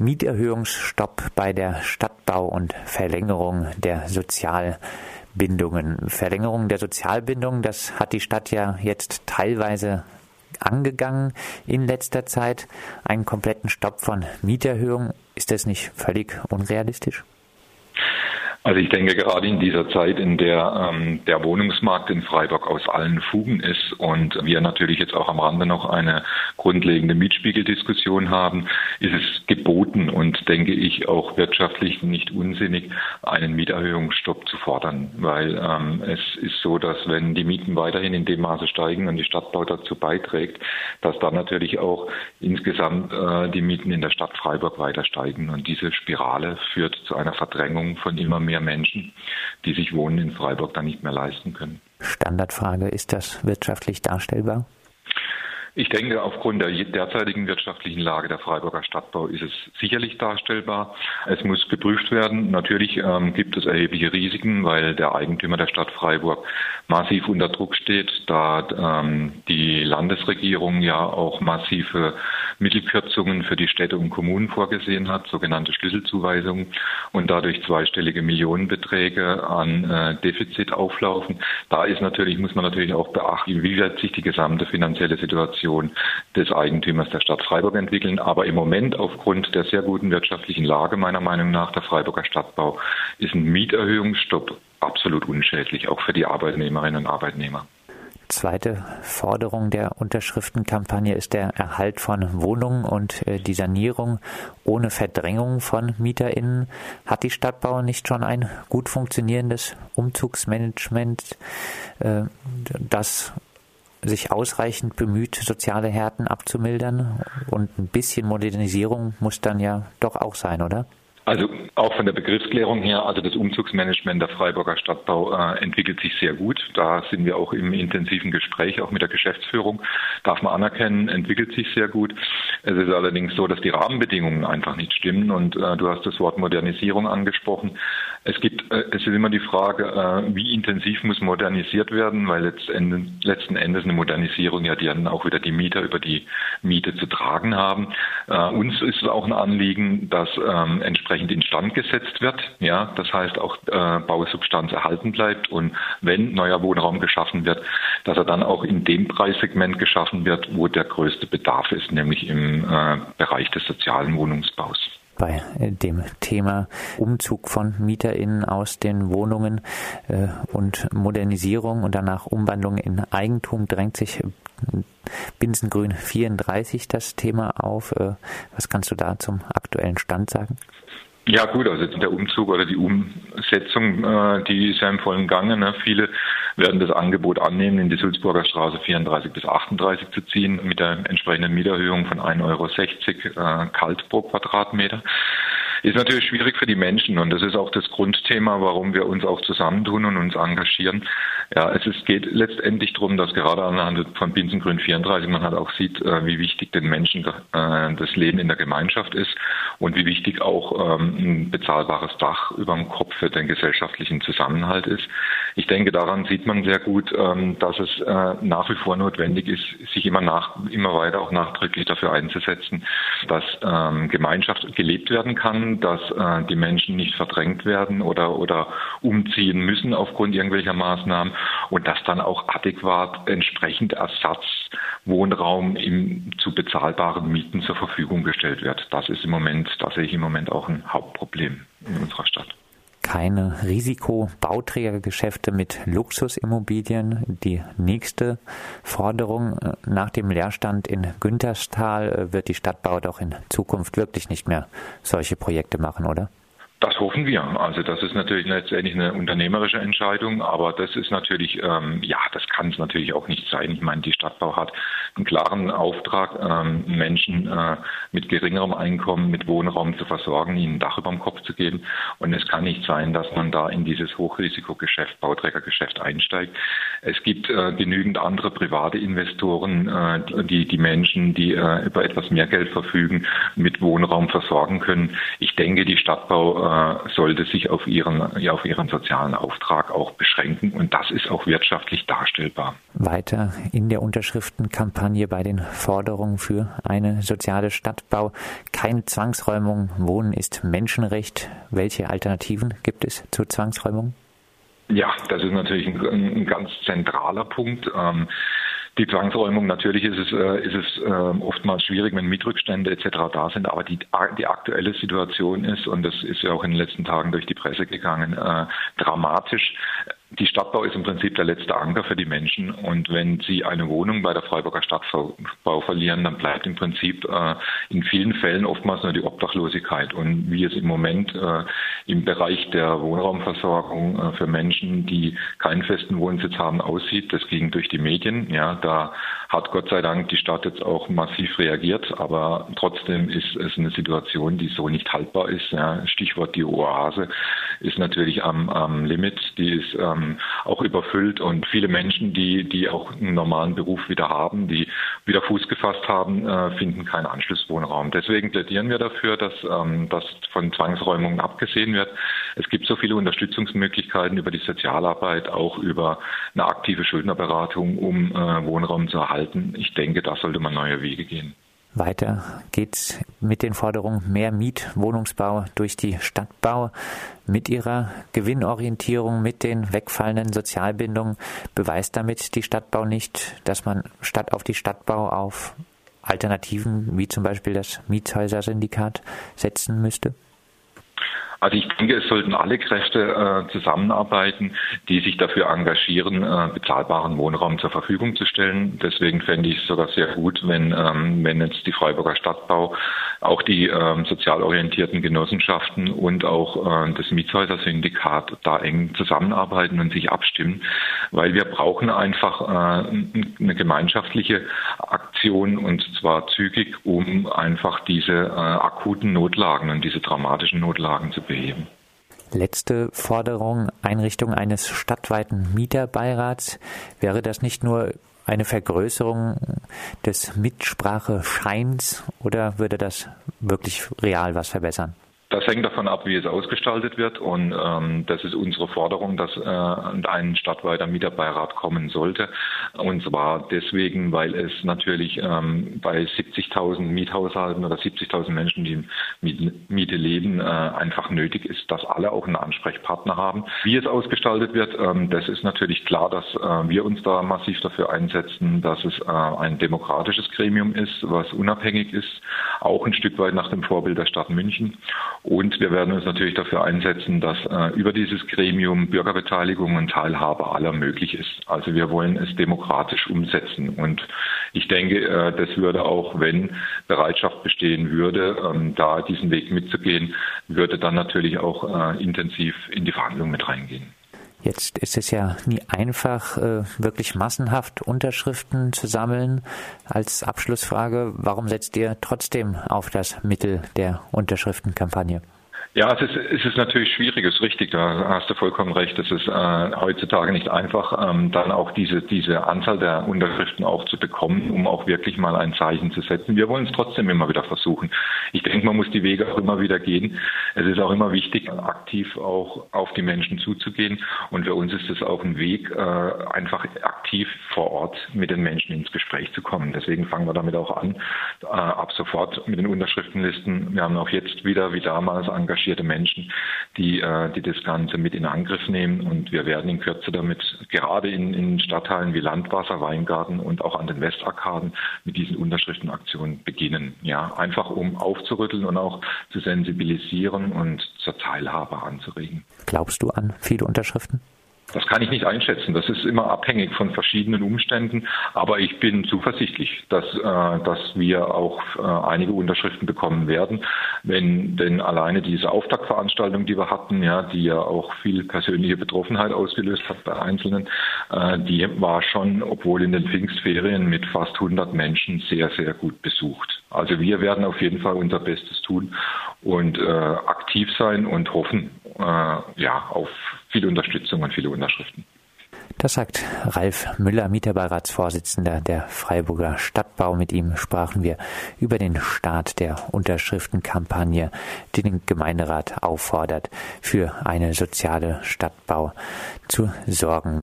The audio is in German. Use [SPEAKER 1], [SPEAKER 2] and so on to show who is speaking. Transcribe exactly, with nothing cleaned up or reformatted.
[SPEAKER 1] Mieterhöhungsstopp bei der Stadtbau und Verlängerung der Sozialbindungen. Verlängerung der Sozialbindungen, das hat die Stadt ja jetzt teilweise angegangen in letzter Zeit. Einen kompletten Stopp von Mieterhöhungen, ist das nicht völlig unrealistisch?
[SPEAKER 2] Also ich denke, gerade in dieser Zeit, in der ähm, der Wohnungsmarkt in Freiburg aus allen Fugen ist und wir natürlich jetzt auch am Rande noch eine grundlegende Mietspiegeldiskussion haben, ist es geboten und, denke ich, auch wirtschaftlich nicht unsinnig, einen Mieterhöhungsstopp zu fordern. Weil ähm, es ist so, dass wenn die Mieten weiterhin in dem Maße steigen und die Stadtbau dazu beiträgt, dass dann natürlich auch insgesamt äh, die Mieten in der Stadt Freiburg weiter steigen. Und diese Spirale führt zu einer Verdrängung von immer mehr Menschen, die sich Wohnen in Freiburg dann nicht mehr leisten können.
[SPEAKER 1] Standardfrage, ist das wirtschaftlich darstellbar?
[SPEAKER 2] Ich denke, aufgrund der derzeitigen wirtschaftlichen Lage der Freiburger Stadtbau ist es sicherlich darstellbar. Es muss geprüft werden. Natürlich ähm, gibt es erhebliche Risiken, weil der Eigentümer der Stadt Freiburg massiv unter Druck steht, da ähm, die Landesregierung ja auch massive Mittelkürzungen für die Städte und Kommunen vorgesehen hat, sogenannte Schlüsselzuweisungen, und dadurch zweistellige Millionenbeträge an äh, Defizit auflaufen. Da ist natürlich, muss man natürlich auch beachten, wie wird sich die gesamte finanzielle Situation des Eigentümers der Stadt Freiburg entwickeln. Aber im Moment aufgrund der sehr guten wirtschaftlichen Lage meiner Meinung nach der Freiburger Stadtbau ist ein Mieterhöhungsstopp absolut unschädlich, auch für die Arbeitnehmerinnen und Arbeitnehmer.
[SPEAKER 1] Zweite Forderung der Unterschriftenkampagne ist der Erhalt von Wohnungen und äh, die Sanierung ohne Verdrängung von MieterInnen. Hat die Stadtbau nicht schon ein gut funktionierendes Umzugsmanagement, äh, das sich ausreichend bemüht, soziale Härten abzumildern? Und ein bisschen Modernisierung muss dann ja doch auch sein, oder?
[SPEAKER 2] Also auch von der Begriffsklärung her, also das Umzugsmanagement der Freiburger Stadtbau äh, entwickelt sich sehr gut. Da sind wir auch im intensiven Gespräch, auch mit der Geschäftsführung. Darf man anerkennen, entwickelt sich sehr gut. Es ist allerdings so, dass die Rahmenbedingungen einfach nicht stimmen. Und äh, du hast das Wort Modernisierung angesprochen. Es gibt, äh, es ist immer die Frage, äh, wie intensiv muss modernisiert werden, weil letzten, letzten Endes eine Modernisierung ja dann auch wieder die Mieter über die Miete zu tragen haben. Äh, uns ist es auch ein Anliegen, dass ähm, entsprechend instand gesetzt wird. Ja, das heißt auch äh, Bausubstanz erhalten bleibt und wenn neuer Wohnraum geschaffen wird, dass er dann auch in dem Preissegment geschaffen wird, wo der größte Bedarf ist, nämlich im äh, Bereich des sozialen Wohnungsbaus.
[SPEAKER 1] Bei dem Thema Umzug von MieterInnen aus den Wohnungen äh, und Modernisierung und danach Umwandlung in Eigentum drängt sich Binsengrün vierunddreißig das Thema auf. Äh, was kannst du da zum aktuellen Stand sagen?
[SPEAKER 2] Ja gut, also der Umzug oder die Umsetzung, äh, die ist ja im vollen Gange. Ne? Viele werden das Angebot annehmen, in die Sulzburger Straße vierunddreißig bis achtunddreißig zu ziehen, mit der entsprechenden Mieterhöhung von ein Euro sechzig äh, kalt pro Quadratmeter. Ist natürlich schwierig für die Menschen und das ist auch das Grundthema, warum wir uns auch zusammentun und uns engagieren. Ja, es ist, geht letztendlich darum, dass gerade anhand von Binsengrün vierunddreißig man halt auch sieht, äh, wie wichtig den Menschen äh, das Leben in der Gemeinschaft ist und wie wichtig auch ähm, ein bezahlbares Dach über dem Kopf für den gesellschaftlichen Zusammenhalt ist. Ich denke, daran sieht man sehr gut, ähm, dass es äh, nach wie vor notwendig ist, sich immer nach, immer weiter auch nachdrücklich dafür einzusetzen, dass ähm, Gemeinschaft gelebt werden kann, dass äh, die Menschen nicht verdrängt werden oder, oder umziehen müssen aufgrund irgendwelcher Maßnahmen und dass dann auch adäquat entsprechend Ersatzwohnraum im, zu bezahlbaren Mieten zur Verfügung gestellt wird. Das ist im Moment, da sehe ich im Moment auch ein Hauptproblem in unserer Stadt.
[SPEAKER 1] Keine Risikobauträgergeschäfte mit Luxusimmobilien. Die nächste Forderung nach dem Leerstand in Günterstal wird die Stadtbau doch in Zukunft wirklich nicht mehr solche Projekte machen, oder?
[SPEAKER 2] Das hoffen wir. Also das ist natürlich letztendlich eine unternehmerische Entscheidung, aber das ist natürlich, ähm, ja, das kann es natürlich auch nicht sein. Ich meine, die Stadtbau hat einen klaren Auftrag, ähm, Menschen äh, mit geringerem Einkommen, mit Wohnraum zu versorgen, ihnen ein Dach über dem Kopf zu geben. Und es kann nicht sein, dass man da in dieses Hochrisikogeschäft, Bauträgergeschäft einsteigt. Es gibt äh, genügend andere private Investoren, äh, die die Menschen, die äh, über etwas mehr Geld verfügen, mit Wohnraum versorgen können. Ich ich denke, die Stadtbau äh, sollte sich auf ihren, ja, auf ihren sozialen Auftrag auch beschränken und das ist auch wirtschaftlich darstellbar.
[SPEAKER 1] Weiter in der Unterschriftenkampagne bei den Forderungen für eine soziale Stadtbau. Keine Zwangsräumung, Wohnen ist Menschenrecht. Welche Alternativen gibt es zur Zwangsräumung?
[SPEAKER 2] Ja, das ist natürlich ein, ein ganz zentraler Punkt. Ähm, Die Zwangsräumung, natürlich ist es, äh, ist es äh, oftmals schwierig, wenn Mietrückstände et cetera da sind, aber die, die aktuelle Situation ist, und das ist ja auch in den letzten Tagen durch die Presse gegangen, äh, dramatisch. Die Stadtbau ist im Prinzip der letzte Anker für die Menschen und wenn sie eine Wohnung bei der Freiburger Stadtbau verlieren, dann bleibt im Prinzip äh, in vielen Fällen oftmals nur die Obdachlosigkeit. Und wie es im Moment äh, im Bereich der Wohnraumversorgung äh, für Menschen, die keinen festen Wohnsitz haben, aussieht, das ging durch die Medien. Ja, da hat Gott sei Dank die Stadt jetzt auch massiv reagiert, aber trotzdem ist es eine Situation, die so nicht haltbar ist. Ja. Stichwort die Oase ist natürlich am, am Limit, die ist ähm, auch überfüllt und viele Menschen, die, die auch einen normalen Beruf wieder haben, die wieder Fuß gefasst haben, äh, finden keinen Anschlusswohnraum. Deswegen plädieren wir dafür, dass, ähm, dass von Zwangsräumungen abgesehen wird. Es gibt so viele Unterstützungsmöglichkeiten über die Sozialarbeit, auch über eine aktive Schuldnerberatung, um äh, Wohnraum zu erhalten. Ich denke, da sollte man neue Wege gehen.
[SPEAKER 1] Weiter geht's mit den Forderungen mehr Mietwohnungsbau durch die Stadtbau. Mit ihrer Gewinnorientierung, mit den wegfallenden Sozialbindungen beweist damit die Stadtbau nicht, dass man statt auf die Stadtbau auf Alternativen wie zum Beispiel das Mietshäuser-Syndikat setzen müsste?
[SPEAKER 2] Also ich denke, es sollten alle Kräfte äh, zusammenarbeiten, die sich dafür engagieren, äh, bezahlbaren Wohnraum zur Verfügung zu stellen. Deswegen fände ich es sogar sehr gut, wenn, ähm, wenn jetzt die Freiburger Stadtbau, auch die ähm, sozial orientierten Genossenschaften und auch äh, das Mietshäuser-Syndikat da eng zusammenarbeiten und sich abstimmen, weil wir brauchen einfach äh, eine gemeinschaftliche Aktion und zwar zügig, um einfach diese äh, akuten Notlagen und diese dramatischen Notlagen zu beheben.
[SPEAKER 1] Letzte Forderung, Einrichtung eines stadtweiten Mieterbeirats. Wäre das nicht nur eine Vergrößerung des Mitsprachescheins oder würde das wirklich real was verbessern?
[SPEAKER 2] Das hängt davon ab, wie es ausgestaltet wird und ähm, das ist unsere Forderung, dass äh, ein stadtweiter Mieterbeirat kommen sollte und zwar deswegen, weil es natürlich ähm, bei siebzigtausend Miethaushalten oder siebzigtausend Menschen, die mit Miete leben, äh, einfach nötig ist, dass alle auch einen Ansprechpartner haben. Wie es ausgestaltet wird, ähm, das ist natürlich klar, dass äh, wir uns da massiv dafür einsetzen, dass es äh, ein demokratisches Gremium ist, was unabhängig ist, auch ein Stück weit nach dem Vorbild der Stadt München. Und wir werden uns natürlich dafür einsetzen, dass äh, über dieses Gremium Bürgerbeteiligung und Teilhabe aller möglich ist. Also wir wollen es demokratisch umsetzen. Und ich denke, äh, das würde auch, wenn Bereitschaft bestehen würde, ähm, da diesen Weg mitzugehen, würde dann natürlich auch äh, intensiv in die Verhandlungen mit reingehen.
[SPEAKER 1] Jetzt ist es ja nie einfach, wirklich massenhaft Unterschriften zu sammeln. Als Abschlussfrage, warum setzt ihr trotzdem auf das Mittel der Unterschriftenkampagne?
[SPEAKER 2] Ja, es ist, es ist natürlich schwierig, es ist richtig, da hast du vollkommen recht. Es ist äh, heutzutage nicht einfach, ähm, dann auch diese, diese Anzahl der Unterschriften auch zu bekommen, um auch wirklich mal ein Zeichen zu setzen. Wir wollen es trotzdem immer wieder versuchen. Ich denke, man muss die Wege auch immer wieder gehen. Es ist auch immer wichtig, aktiv auch auf die Menschen zuzugehen. Und für uns ist es auch ein Weg, äh, einfach aktiv vor Ort mit den Menschen ins Gespräch zu kommen. Deswegen fangen wir damit auch an, äh, ab sofort mit den Unterschriftenlisten. Wir haben auch jetzt wieder, wie damals, engagiert Menschen, die, die das Ganze mit in Angriff nehmen und wir werden in Kürze damit gerade in, in Stadtteilen wie Landwasser, Weingarten und auch an den Westarkaden mit diesen Unterschriftenaktionen beginnen. Ja, einfach um aufzurütteln und auch zu sensibilisieren und zur Teilhabe anzuregen.
[SPEAKER 1] Glaubst du an viele Unterschriften?
[SPEAKER 2] Das kann ich nicht einschätzen. Das ist immer abhängig von verschiedenen Umständen. Aber ich bin zuversichtlich, dass, äh, dass wir auch äh, einige Unterschriften bekommen werden. Wenn denn alleine diese Auftaktveranstaltung, die wir hatten, ja, die ja auch viel persönliche Betroffenheit ausgelöst hat bei Einzelnen, äh, die war schon, obwohl in den Pfingstferien mit fast hundert Menschen sehr, sehr gut besucht. Also wir werden auf jeden Fall unser Bestes tun und äh, aktiv sein und hoffen äh, ja, auf viele Unterstützung und viele Unterschriften.
[SPEAKER 1] Das sagt Ralf Müller, Mieterbeiratsvorsitzender der Freiburger Stadtbau. Mit ihm sprachen wir über den Start der Unterschriftenkampagne, die den Gemeinderat auffordert, für eine soziale Stadtbau zu sorgen.